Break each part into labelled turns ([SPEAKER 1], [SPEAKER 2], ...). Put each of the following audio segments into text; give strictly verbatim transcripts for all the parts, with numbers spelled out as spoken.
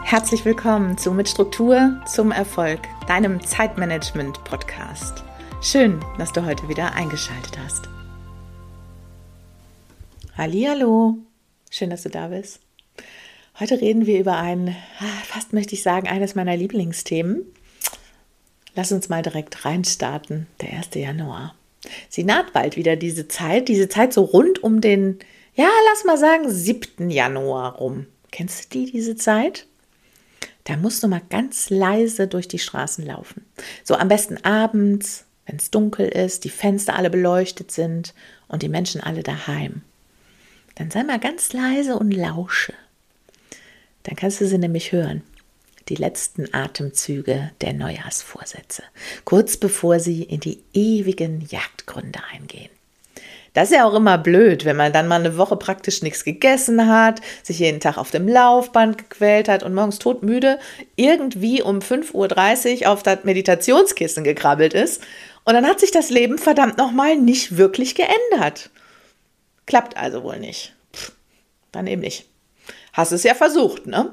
[SPEAKER 1] Herzlich willkommen zu Mit Struktur zum Erfolg, deinem Zeitmanagement-Podcast. Schön, dass du heute wieder eingeschaltet hast. Hallihallo, schön, dass du da bist. Heute reden wir über ein, fast möchte ich sagen, eines meiner Lieblingsthemen. Lass uns mal direkt reinstarten, der erste Januar. Sie naht bald wieder diese Zeit, diese Zeit so rund um den, ja, lass mal sagen, siebten Januar rum. Kennst du die, diese Zeit? Da musst du mal ganz leise durch die Straßen laufen. So am besten abends, wenn es dunkel ist, die Fenster alle beleuchtet sind und die Menschen alle daheim. Dann sei mal ganz leise und lausche. Dann kannst du sie nämlich hören. Die letzten Atemzüge der Neujahrsvorsätze, kurz bevor sie in die ewigen Jagdgründe eingehen. Das ist ja auch immer blöd, wenn man dann mal eine Woche praktisch nichts gegessen hat, sich jeden Tag auf dem Laufband gequält hat und morgens todmüde irgendwie um fünf Uhr dreißig auf das Meditationskissen gekrabbelt ist. Und dann hat sich das Leben verdammt nochmal nicht wirklich geändert. Klappt also wohl nicht. Pff, dann eben nicht. Hast es ja versucht, ne?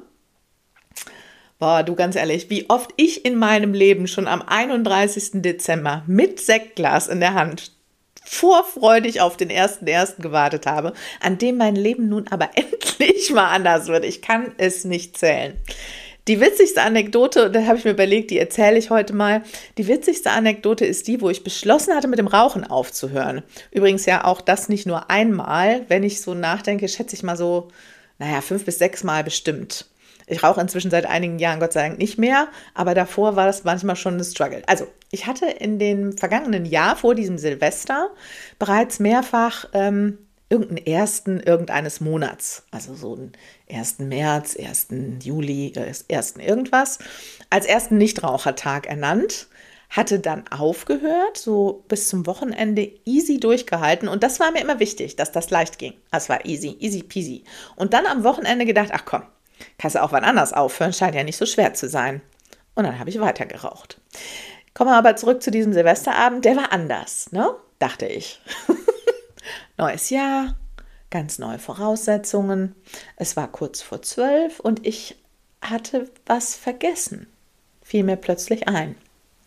[SPEAKER 1] Boah, du, ganz ehrlich, wie oft ich in meinem Leben schon am einunddreißigsten Dezember mit Sektglas in der Hand vorfreudig auf den ersten ersten gewartet habe, an dem mein Leben nun aber endlich mal anders wird. Ich kann es nicht zählen. Die witzigste Anekdote, da habe ich mir überlegt, die erzähle ich heute mal. Die witzigste Anekdote ist die, wo ich beschlossen hatte, mit dem Rauchen aufzuhören. Übrigens ja auch das nicht nur einmal. Wenn ich so nachdenke, schätze ich mal so, naja, fünf bis sechs Mal bestimmt. Ich rauche inzwischen seit einigen Jahren, Gott sei Dank, nicht mehr, aber davor war das manchmal schon ein Struggle. Also, ich hatte in dem vergangenen Jahr vor diesem Silvester bereits mehrfach ähm, irgendeinen ersten irgendeines Monats, also so einen ersten März, ersten Juli, äh, ersten irgendwas, als ersten Nichtrauchertag ernannt, hatte dann aufgehört, so bis zum Wochenende easy durchgehalten und das war mir immer wichtig, dass das leicht ging. Das war easy, easy peasy. Und dann am Wochenende gedacht, ach komm, kannst du auch wann anders aufhören, scheint ja nicht so schwer zu sein. Und dann habe ich weiter geraucht. Kommen wir aber zurück zu diesem Silvesterabend, der war anders, ne? Dachte ich. Neues Jahr, ganz neue Voraussetzungen. Es war kurz vor zwölf und ich hatte was vergessen. Fiel mir plötzlich ein.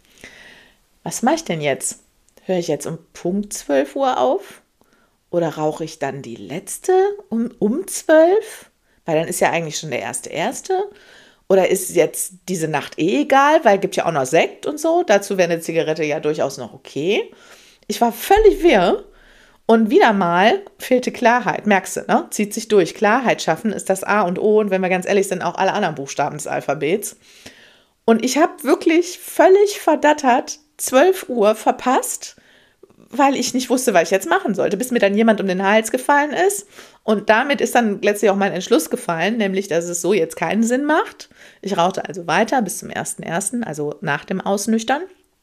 [SPEAKER 1] Was mache ich denn jetzt? Höre ich jetzt um Punkt zwölf Uhr auf? Oder rauche ich dann die letzte um, um zwölf? Weil dann ist ja eigentlich schon der erste erste. Oder ist jetzt diese Nacht eh egal, weil es gibt ja auch noch Sekt und so. Dazu wäre eine Zigarette ja durchaus noch okay. Ich war völlig wirr und wieder mal fehlte Klarheit. Merkst du, ne? Zieht sich durch. Klarheit schaffen ist das A und O und wenn wir ganz ehrlich sind, auch alle anderen Buchstaben des Alphabets. Und ich habe wirklich völlig verdattert zwölf Uhr verpasst, weil ich nicht wusste, was ich jetzt machen sollte, bis mir dann jemand um den Hals gefallen ist. Und damit ist dann letztlich auch mein Entschluss gefallen, nämlich, dass es so jetzt keinen Sinn macht. Ich rauchte also weiter bis zum ersten ersten, also nach dem Ausnüchtern.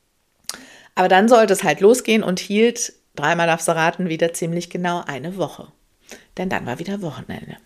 [SPEAKER 1] Aber dann sollte es halt losgehen und hielt, dreimal darfst du raten, wieder ziemlich genau eine Woche. Denn dann war wieder Wochenende.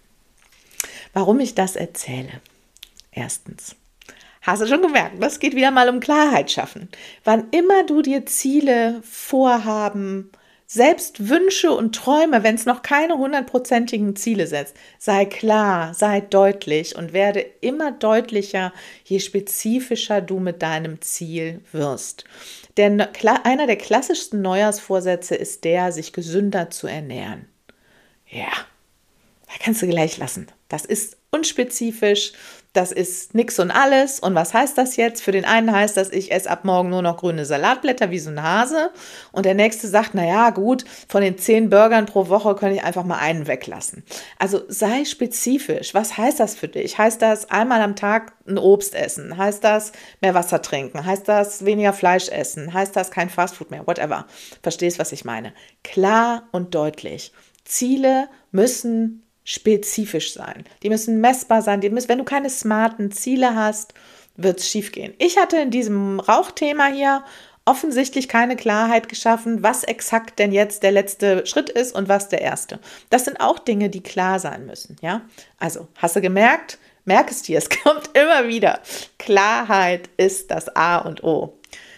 [SPEAKER 1] Warum ich das erzähle? Erstens. Hast du schon gemerkt, das geht wieder mal um Klarheit schaffen. Wann immer du dir Ziele, Vorhaben, selbst Wünsche und Träume, wenn es noch keine hundertprozentigen Ziele setzt, sei klar, sei deutlich und werde immer deutlicher, je spezifischer du mit deinem Ziel wirst. Denn einer der klassischsten Neujahrsvorsätze ist der, sich gesünder zu ernähren. Ja, da kannst du gleich lassen. Das ist unspezifisch. Das ist nix und alles. Und was heißt das jetzt? Für den einen heißt das, ich esse ab morgen nur noch grüne Salatblätter wie so ein Hase. Und der nächste sagt, naja, gut, von den zehn Burgern pro Woche kann ich einfach mal einen weglassen. Also sei spezifisch. Was heißt das für dich? Heißt das einmal am Tag ein Obst essen? Heißt das mehr Wasser trinken? Heißt das weniger Fleisch essen? Heißt das kein Fastfood mehr? Whatever. Verstehst, was ich meine? Klar und deutlich. Ziele müssen spezifisch sein. Die müssen messbar sein. Die müssen, wenn du keine smarten Ziele hast, wird es schief gehen. Ich hatte in diesem Rauchthema hier offensichtlich keine Klarheit geschaffen, was exakt denn jetzt der letzte Schritt ist und was der erste. Das sind auch Dinge, die klar sein müssen. Ja? Also, hast du gemerkt? Merk es dir, es kommt immer wieder. Klarheit ist das A und O.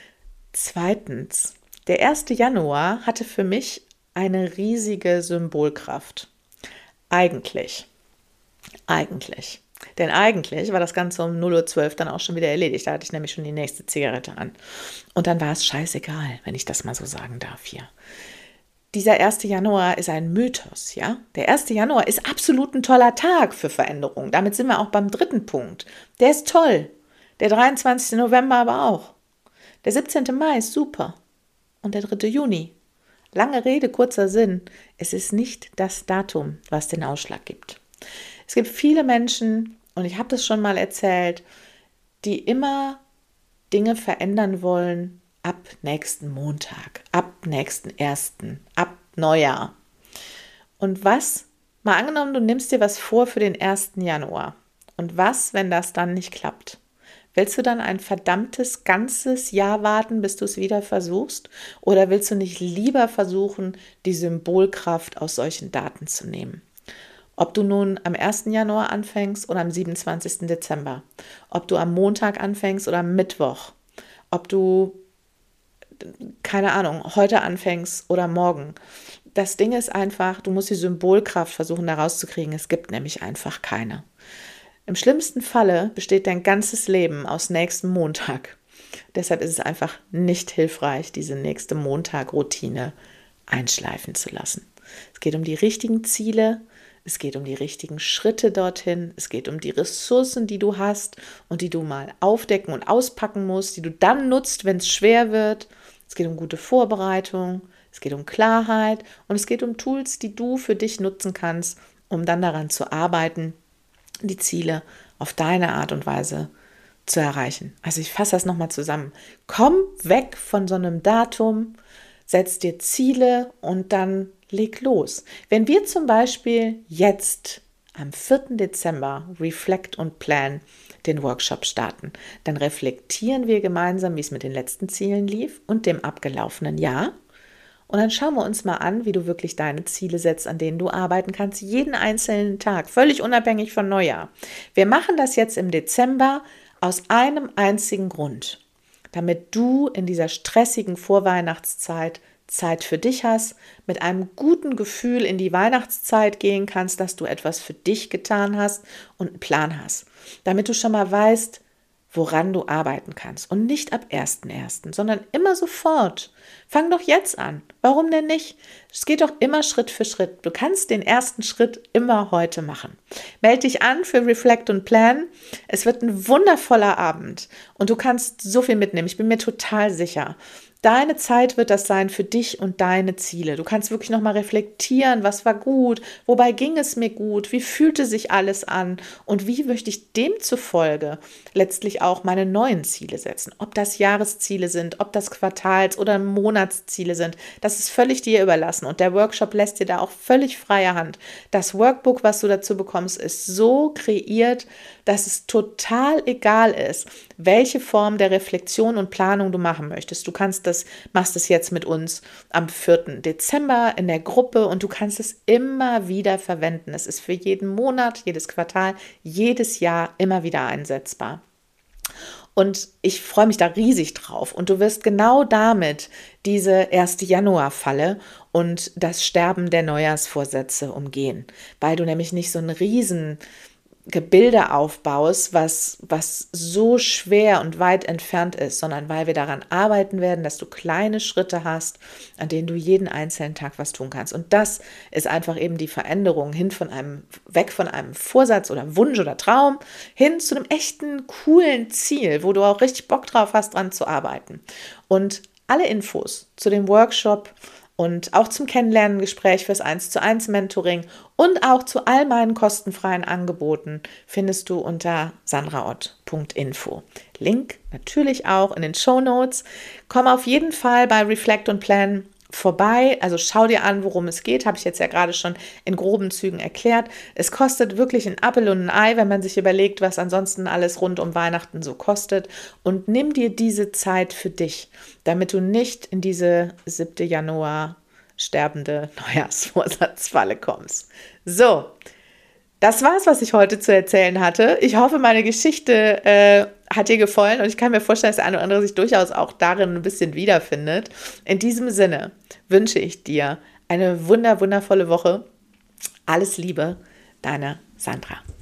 [SPEAKER 1] Zweitens, der erste Januar hatte für mich eine riesige Symbolkraft. Eigentlich. Eigentlich. Denn eigentlich war das Ganze um null Uhr zwölf dann auch schon wieder erledigt. Da hatte ich nämlich schon die nächste Zigarette an. Und dann war es scheißegal, wenn ich das mal so sagen darf hier. Dieser erste Januar ist ein Mythos, ja? Der erste Januar ist absolut ein toller Tag für Veränderung. Damit sind wir auch beim dritten Punkt. Der ist toll. Der dreiundzwanzigste November aber auch. Der siebzehnte Mai ist super. Und der dritte Juni. Lange Rede, kurzer Sinn. Es ist nicht das Datum, was den Ausschlag gibt. Es gibt viele Menschen, und ich habe das schon mal erzählt, die immer Dinge verändern wollen ab nächsten Montag, ab nächsten ersten, ab Neujahr. Und was, mal angenommen, du nimmst dir was vor für den ersten Januar. Und was, wenn das dann nicht klappt? Willst du dann ein verdammtes ganzes Jahr warten, bis du es wieder versuchst? Oder willst du nicht lieber versuchen, die Symbolkraft aus solchen Daten zu nehmen? Ob du nun am ersten Januar anfängst oder am siebenundzwanzigsten Dezember. Ob du am Montag anfängst oder am Mittwoch. Ob du, keine Ahnung, heute anfängst oder morgen. Das Ding ist einfach, du musst die Symbolkraft versuchen, da rauszukriegen. Es gibt nämlich einfach keine. Im schlimmsten Falle besteht dein ganzes Leben aus nächsten Montag. Deshalb ist es einfach nicht hilfreich, diese nächste Montag-Routine einschleifen zu lassen. Es geht um die richtigen Ziele, es geht um die richtigen Schritte dorthin, es geht um die Ressourcen, die du hast und die du mal aufdecken und auspacken musst, die du dann nutzt, wenn es schwer wird. Es geht um gute Vorbereitung, es geht um Klarheit und es geht um Tools, die du für dich nutzen kannst, um dann daran zu arbeiten, die Ziele auf deine Art und Weise zu erreichen. Also ich fasse das nochmal zusammen. Komm weg von so einem Datum, setz dir Ziele und dann leg los. Wenn wir zum Beispiel jetzt am vierten Dezember Reflect und Plan den Workshop starten, dann reflektieren wir gemeinsam, wie es mit den letzten Zielen lief und dem abgelaufenen Jahr. Und dann schauen wir uns mal an, wie du wirklich deine Ziele setzt, an denen du arbeiten kannst, jeden einzelnen Tag, völlig unabhängig von Neujahr. Wir machen das jetzt im Dezember aus einem einzigen Grund, damit du in dieser stressigen Vorweihnachtszeit Zeit für dich hast, mit einem guten Gefühl in die Weihnachtszeit gehen kannst, dass du etwas für dich getan hast und einen Plan hast, damit du schon mal weißt, woran du arbeiten kannst. Und nicht ab ersten ersten, sondern immer sofort. Fang doch jetzt an. Warum denn nicht? Es geht doch immer Schritt für Schritt. Du kannst den ersten Schritt immer heute machen. Melde dich an für Reflect und Plan. Es wird ein wundervoller Abend und du kannst so viel mitnehmen. Ich bin mir total sicher. Deine Zeit wird das sein für dich und deine Ziele. Du kannst wirklich nochmal reflektieren, was war gut, wobei ging es mir gut, wie fühlte sich alles an und wie möchte ich demzufolge letztlich auch meine neuen Ziele setzen. Ob das Jahresziele sind, ob das Quartals- oder Monatsziele sind, das ist völlig dir überlassen und der Workshop lässt dir da auch völlig freie Hand. Das Workbook, was du dazu bekommst, ist so kreiert, dass es total egal ist, welche Form der Reflexion und Planung du machen möchtest. Du kannst das, machst es jetzt mit uns am vierten Dezember in der Gruppe und du kannst es immer wieder verwenden. Es ist für jeden Monat, jedes Quartal, jedes Jahr immer wieder einsetzbar. Und ich freue mich da riesig drauf. Und du wirst genau damit diese erste Januarfalle und das Sterben der Neujahrsvorsätze umgehen, weil du nämlich nicht so einen riesen Gebilde aufbaust, was, was so schwer und weit entfernt ist, sondern weil wir daran arbeiten werden, dass du kleine Schritte hast, an denen du jeden einzelnen Tag was tun kannst. Und das ist einfach eben die Veränderung hin von einem, weg von einem Vorsatz oder Wunsch oder Traum hin zu einem echten, coolen Ziel, wo du auch richtig Bock drauf hast, dran zu arbeiten. Und alle Infos zu dem Workshop und auch zum Kennenlernen-Gespräch fürs eins zu eins Mentoring und auch zu all meinen kostenfreien Angeboten findest du unter sandraott punkt info. Link natürlich auch in den Shownotes. Komm auf jeden Fall bei Reflect und Plan vorbei, also schau dir an, worum es geht, habe ich jetzt ja gerade schon in groben Zügen erklärt. Es kostet wirklich ein Appel und ein Ei, wenn man sich überlegt, was ansonsten alles rund um Weihnachten so kostet, und nimm dir diese Zeit für dich, damit du nicht in diese siebte Januar sterbende Neujahrsvorsatzfalle kommst. So, das war's, was ich heute zu erzählen hatte. Ich hoffe, meine Geschichte äh, hat dir gefallen und ich kann mir vorstellen, dass der eine oder andere sich durchaus auch darin ein bisschen wiederfindet. In diesem Sinne wünsche ich dir eine wunder, wundervolle Woche. Alles Liebe, deine Sandra.